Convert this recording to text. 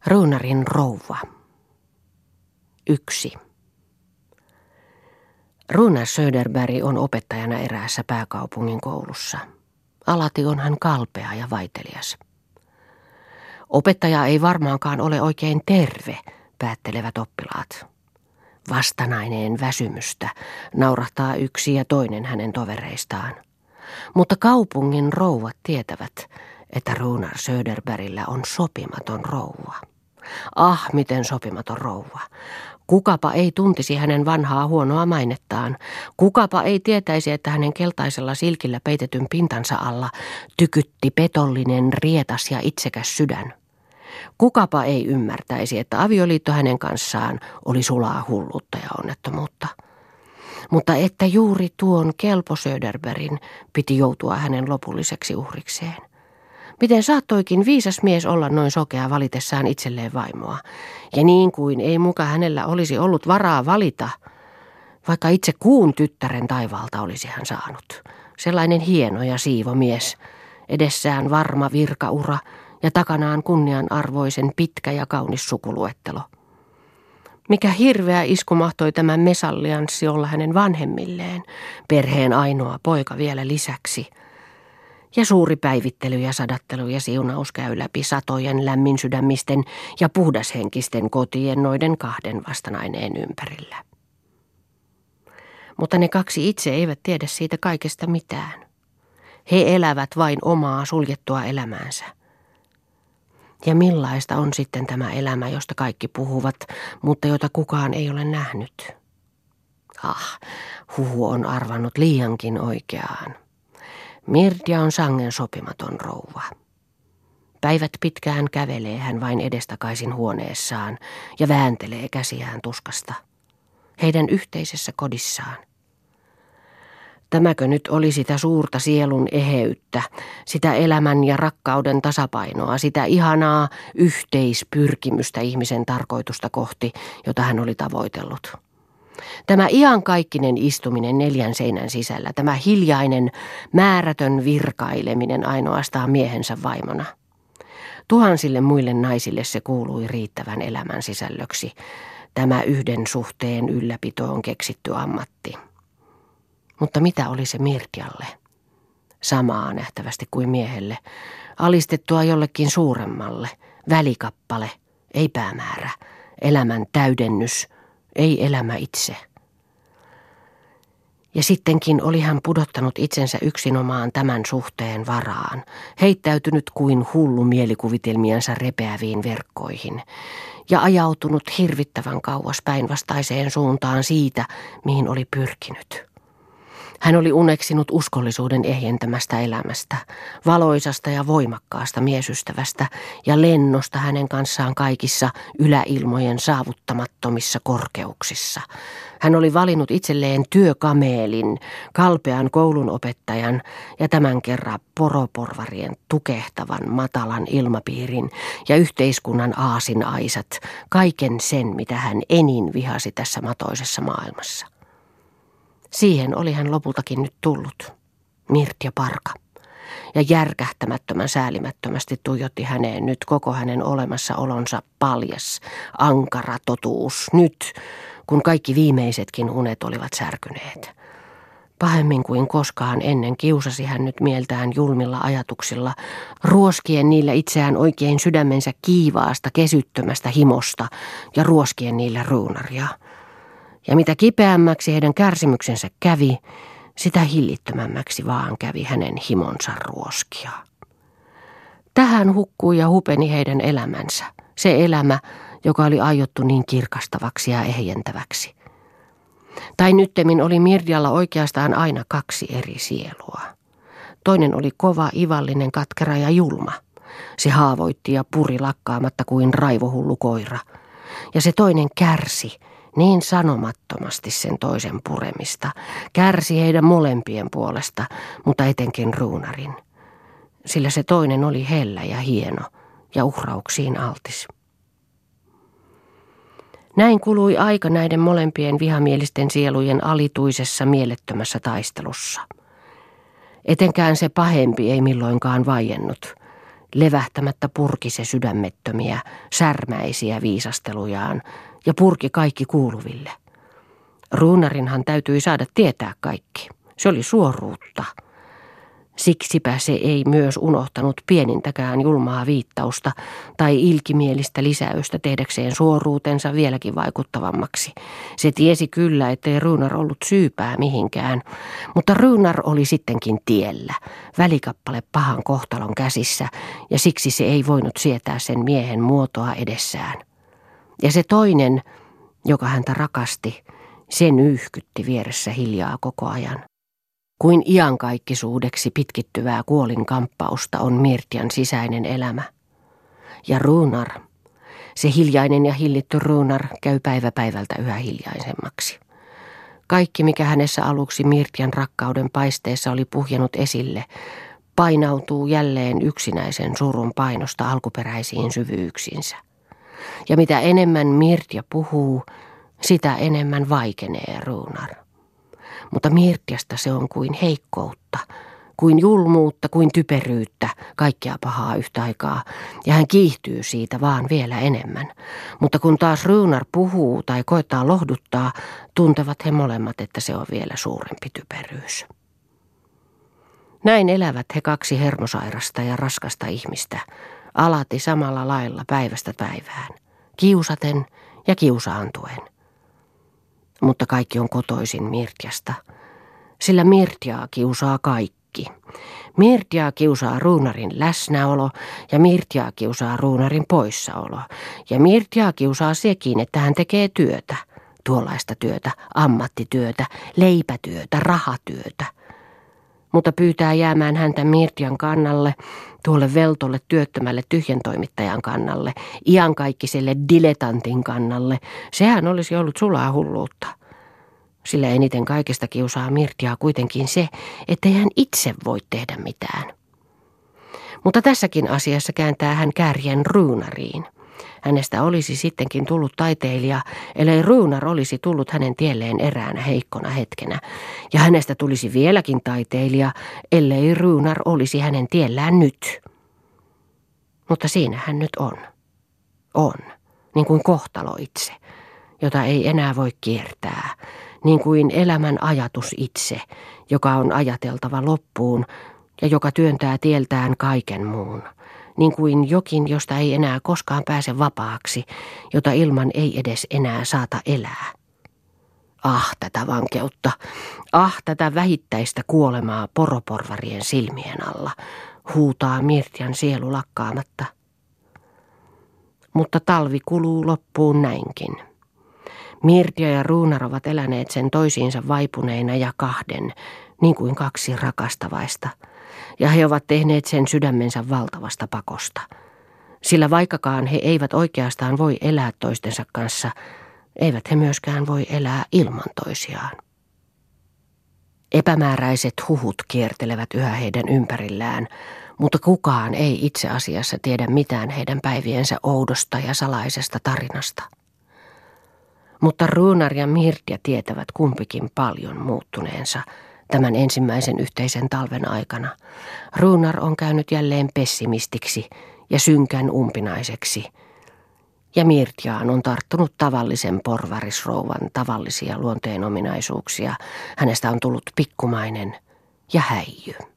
Ruunarin rouva. 1. Runar Söderberg on opettajana eräässä pääkaupungin koulussa. Alati on hän kalpea ja vaitelias. Opettaja ei varmaankaan ole oikein terve, päättelevät oppilaat. Vastanaineen väsymystä naurahtaa yksi ja toinen hänen tovereistaan. Mutta kaupungin rouvat tietävät, että Runar Söderbergillä on sopimaton rouva. Ah, miten sopimaton rouva. Kukapa ei tuntisi hänen vanhaa huonoa mainettaan. Kukapa ei tietäisi, että hänen keltaisella silkillä peitetyn pintansa alla tykytti petollinen, rietas ja itsekäs sydän. Kukapa ei ymmärtäisi, että avioliitto hänen kanssaan oli sulaa hulluutta ja onnettomuutta. Mutta että juuri tuon kelpo Söderbergin piti joutua hänen lopulliseksi uhrikseen. Miten saattoikin viisas mies olla noin sokea valitessaan itselleen vaimoa, ja niin kuin ei muka hänellä olisi ollut varaa valita, vaikka itse kuun tyttären taivaalta olisi hän saanut. Sellainen hieno ja siivo mies, edessään varma virkaura ja takanaan kunnianarvoisen pitkä ja kaunis sukuluettelo. Mikä hirveä isku mahtoi tämä mesallianssi olla hänen vanhemmilleen, perheen ainoa poika vielä lisäksi. Ja suuri päivittely ja sadattelu ja siunaus käy läpi satojen lämminsydämisten ja puhdashenkisten kotien noiden kahden vastanaineen ympärillä. Mutta ne kaksi itse eivät tiedä siitä kaikesta mitään. He elävät vain omaa suljettua elämäänsä. Ja millaista on sitten tämä elämä, josta kaikki puhuvat, mutta jota kukaan ei ole nähnyt? Huhu on arvannut liiankin oikeaan. Mirja on sangen sopimaton rouva. Päivät pitkään kävelee hän vain edestakaisin huoneessaan ja vääntelee käsiään tuskasta. Heidän yhteisessä kodissaan. Tämäkö nyt oli sitä suurta sielun eheyttä, sitä elämän ja rakkauden tasapainoa, sitä ihanaa yhteispyrkimystä ihmisen tarkoitusta kohti, jota hän oli tavoitellut. Tämä iankaikkinen istuminen neljän seinän sisällä, tämä hiljainen, määrätön virkaileminen ainoastaan miehensä vaimona. Tuhansille muille naisille se kuului riittävän elämän sisällöksi, tämä yhden suhteen ylläpitoon keksitty ammatti. Mutta mitä oli se Mirjalle? Samaa nähtävästi kuin miehelle, alistettua jollekin suuremmalle, välikappale, ei päämäärä, elämän täydennys, ei elämä itse. Ja sittenkin oli hän pudottanut itsensä yksinomaan tämän suhteen varaan, heittäytynyt kuin hullu mielikuvitelmiensa repeäviin verkkoihin ja ajautunut hirvittävän kauas päinvastaiseen suuntaan siitä, mihin oli pyrkinyt. Hän oli uneksinut uskollisuuden ehjentämästä elämästä, valoisasta ja voimakkaasta miesystävästä ja lennosta hänen kanssaan kaikissa yläilmojen saavuttamattomissa korkeuksissa. Hän oli valinnut itselleen työkameelin, kalpean koulunopettajan ja tämän kerran poroporvarien tukehtavan matalan ilmapiirin ja yhteiskunnan aasinaisat, kaiken sen, mitä hän enin vihasi tässä matoisessa maailmassa. Siihen oli hän lopultakin nyt tullut, Mirja Parka, ja järkähtämättömän säälimättömästi tuijotti häneen nyt koko hänen olemassaolonsa paljas, ankara totuus, nyt, kun kaikki viimeisetkin unet olivat särkyneet. Pahemmin kuin koskaan ennen kiusasi hän nyt mieltään julmilla ajatuksilla, ruoskien niillä itseään oikein sydämensä kiivaasta, kesyttömästä himosta ja ruoskien niillä Ruunaria. Ja mitä kipeämmäksi heidän kärsimyksensä kävi, sitä hillittömämmäksi vaan kävi hänen himonsa ruoskia. Tähän hukkui ja hupeni heidän elämänsä, se elämä, joka oli aiottu niin kirkastavaksi ja ehjentäväksi. Tai nyttemmin oli Mirjalla oikeastaan aina kaksi eri sielua. Toinen oli kova, ivallinen, katkera ja julma. Se haavoitti ja puri lakkaamatta kuin raivohullu koira. Ja se toinen kärsi, niin sanomattomasti sen toisen puremista, kärsi heidän molempien puolesta, mutta etenkin Ruunarin. Sillä se toinen oli hellä ja hieno ja uhrauksiin altis. Näin kului aika näiden molempien vihamielisten sielujen alituisessa mielettömässä taistelussa. Etenkään se pahempi ei milloinkaan vaiennut. Levähtämättä purki se sydämettömiä, särmäisiä viisastelujaan ja purki kaikki kuuluville. Ruunarinhan täytyi saada tietää kaikki. Se oli suoruutta. Siksipä se ei myös unohtanut pienintäkään julmaa viittausta tai ilkimielistä lisäystä tehdäkseen suoruutensa vieläkin vaikuttavammaksi. Se tiesi kyllä, ettei Ruunar ollut syypää mihinkään, mutta Ruunar oli sittenkin tiellä, välikappale pahan kohtalon käsissä, ja siksi se ei voinut sietää sen miehen muotoa edessään. Ja se toinen, joka häntä rakasti, se nyyhkytti vieressä hiljaa koko ajan. Kuin iankaikkisuudeksi pitkittyvää kuolinkamppausta on Mirtian sisäinen elämä. Ja Ruunar, se hiljainen ja hillitty Ruunar, käy päivä päivältä yhä hiljaisemmaksi. Kaikki, mikä hänessä aluksi Mirtian rakkauden paisteessa oli puhjennut esille, painautuu jälleen yksinäisen surun painosta alkuperäisiin syvyyksinsä. Ja mitä enemmän Mirtia puhuu, sitä enemmän vaikenee Ruunar. Mutta Mirtiasta se on kuin heikkoutta, kuin julmuutta, kuin typeryyttä, kaikkea pahaa yhtä aikaa, ja hän kiihtyy siitä vaan vielä enemmän. Mutta kun taas Ruunar puhuu tai koettaa lohduttaa, tuntevat he molemmat, että se on vielä suurempi typeryys. Näin elävät he kaksi hermosairasta ja raskasta ihmistä, alati samalla lailla päivästä päivään, kiusaten ja kiusaantuen. Mutta kaikki on kotoisin Mirtiasta, sillä Mirtiaa kiusaa kaikki. Mirtiaa kiusaa Ruunarin läsnäolo ja Mirtiaa kiusaa Ruunarin poissaolo. Ja Mirtiaa kiusaa sekin, että hän tekee työtä, tuollaista työtä, ammattityötä, leipätyötä, rahatyötä. Mutta pyytää jäämään häntä Mirtian kannalle, tuolle veltolle työttömälle tyhjentoimittajan kannalle, iankaikkiselle diletantin kannalle, sehän olisi ollut sulaa hulluutta. Sillä eniten kaikesta kiusaa Mirtiaa kuitenkin se, ettei hän itse voi tehdä mitään. Mutta tässäkin asiassa kääntää hän kärjen Ruunariin. Hänestä olisi sittenkin tullut taiteilija, ellei Ruunar olisi tullut hänen tielleen eräänä heikkona hetkenä. Ja hänestä tulisi vieläkin taiteilija, ellei Ruunar olisi hänen tiellään nyt. Mutta siinä hän nyt on. On, niin kuin kohtalo itse, jota ei enää voi kiertää. Niin kuin elämän ajatus itse, joka on ajateltava loppuun ja joka työntää tieltään kaiken muun. Niin kuin jokin, josta ei enää koskaan pääse vapaaksi, jota ilman ei edes enää saata elää. Ah, tätä vankeutta, ah, tätä vähittäistä kuolemaa poroporvarien silmien alla, huutaa Mirtian sielu lakkaamatta. Mutta talvi kuluu loppuun näinkin. Mirtia ja Ruunar ovat eläneet sen toisiinsa vaipuneina ja kahden, niin kuin kaksi rakastavaista, ja he ovat tehneet sen sydämensä valtavasta pakosta. Sillä vaikkakaan he eivät oikeastaan voi elää toistensa kanssa, eivät he myöskään voi elää ilman toisiaan. Epämääräiset huhut kiertelevät yhä heidän ympärillään, mutta kukaan ei itse asiassa tiedä mitään heidän päiviensä oudosta ja salaisesta tarinasta. Mutta Ruunar ja Mirtia tietävät kumpikin paljon muuttuneensa tämän ensimmäisen yhteisen talven aikana. Ruunar on käynyt jälleen pessimistiksi ja synkän umpinaiseksi, ja Mirtiaan on tarttunut tavallisen porvarisrouvan tavallisia luonteenominaisuuksia. Hänestä on tullut pikkumainen ja häijy.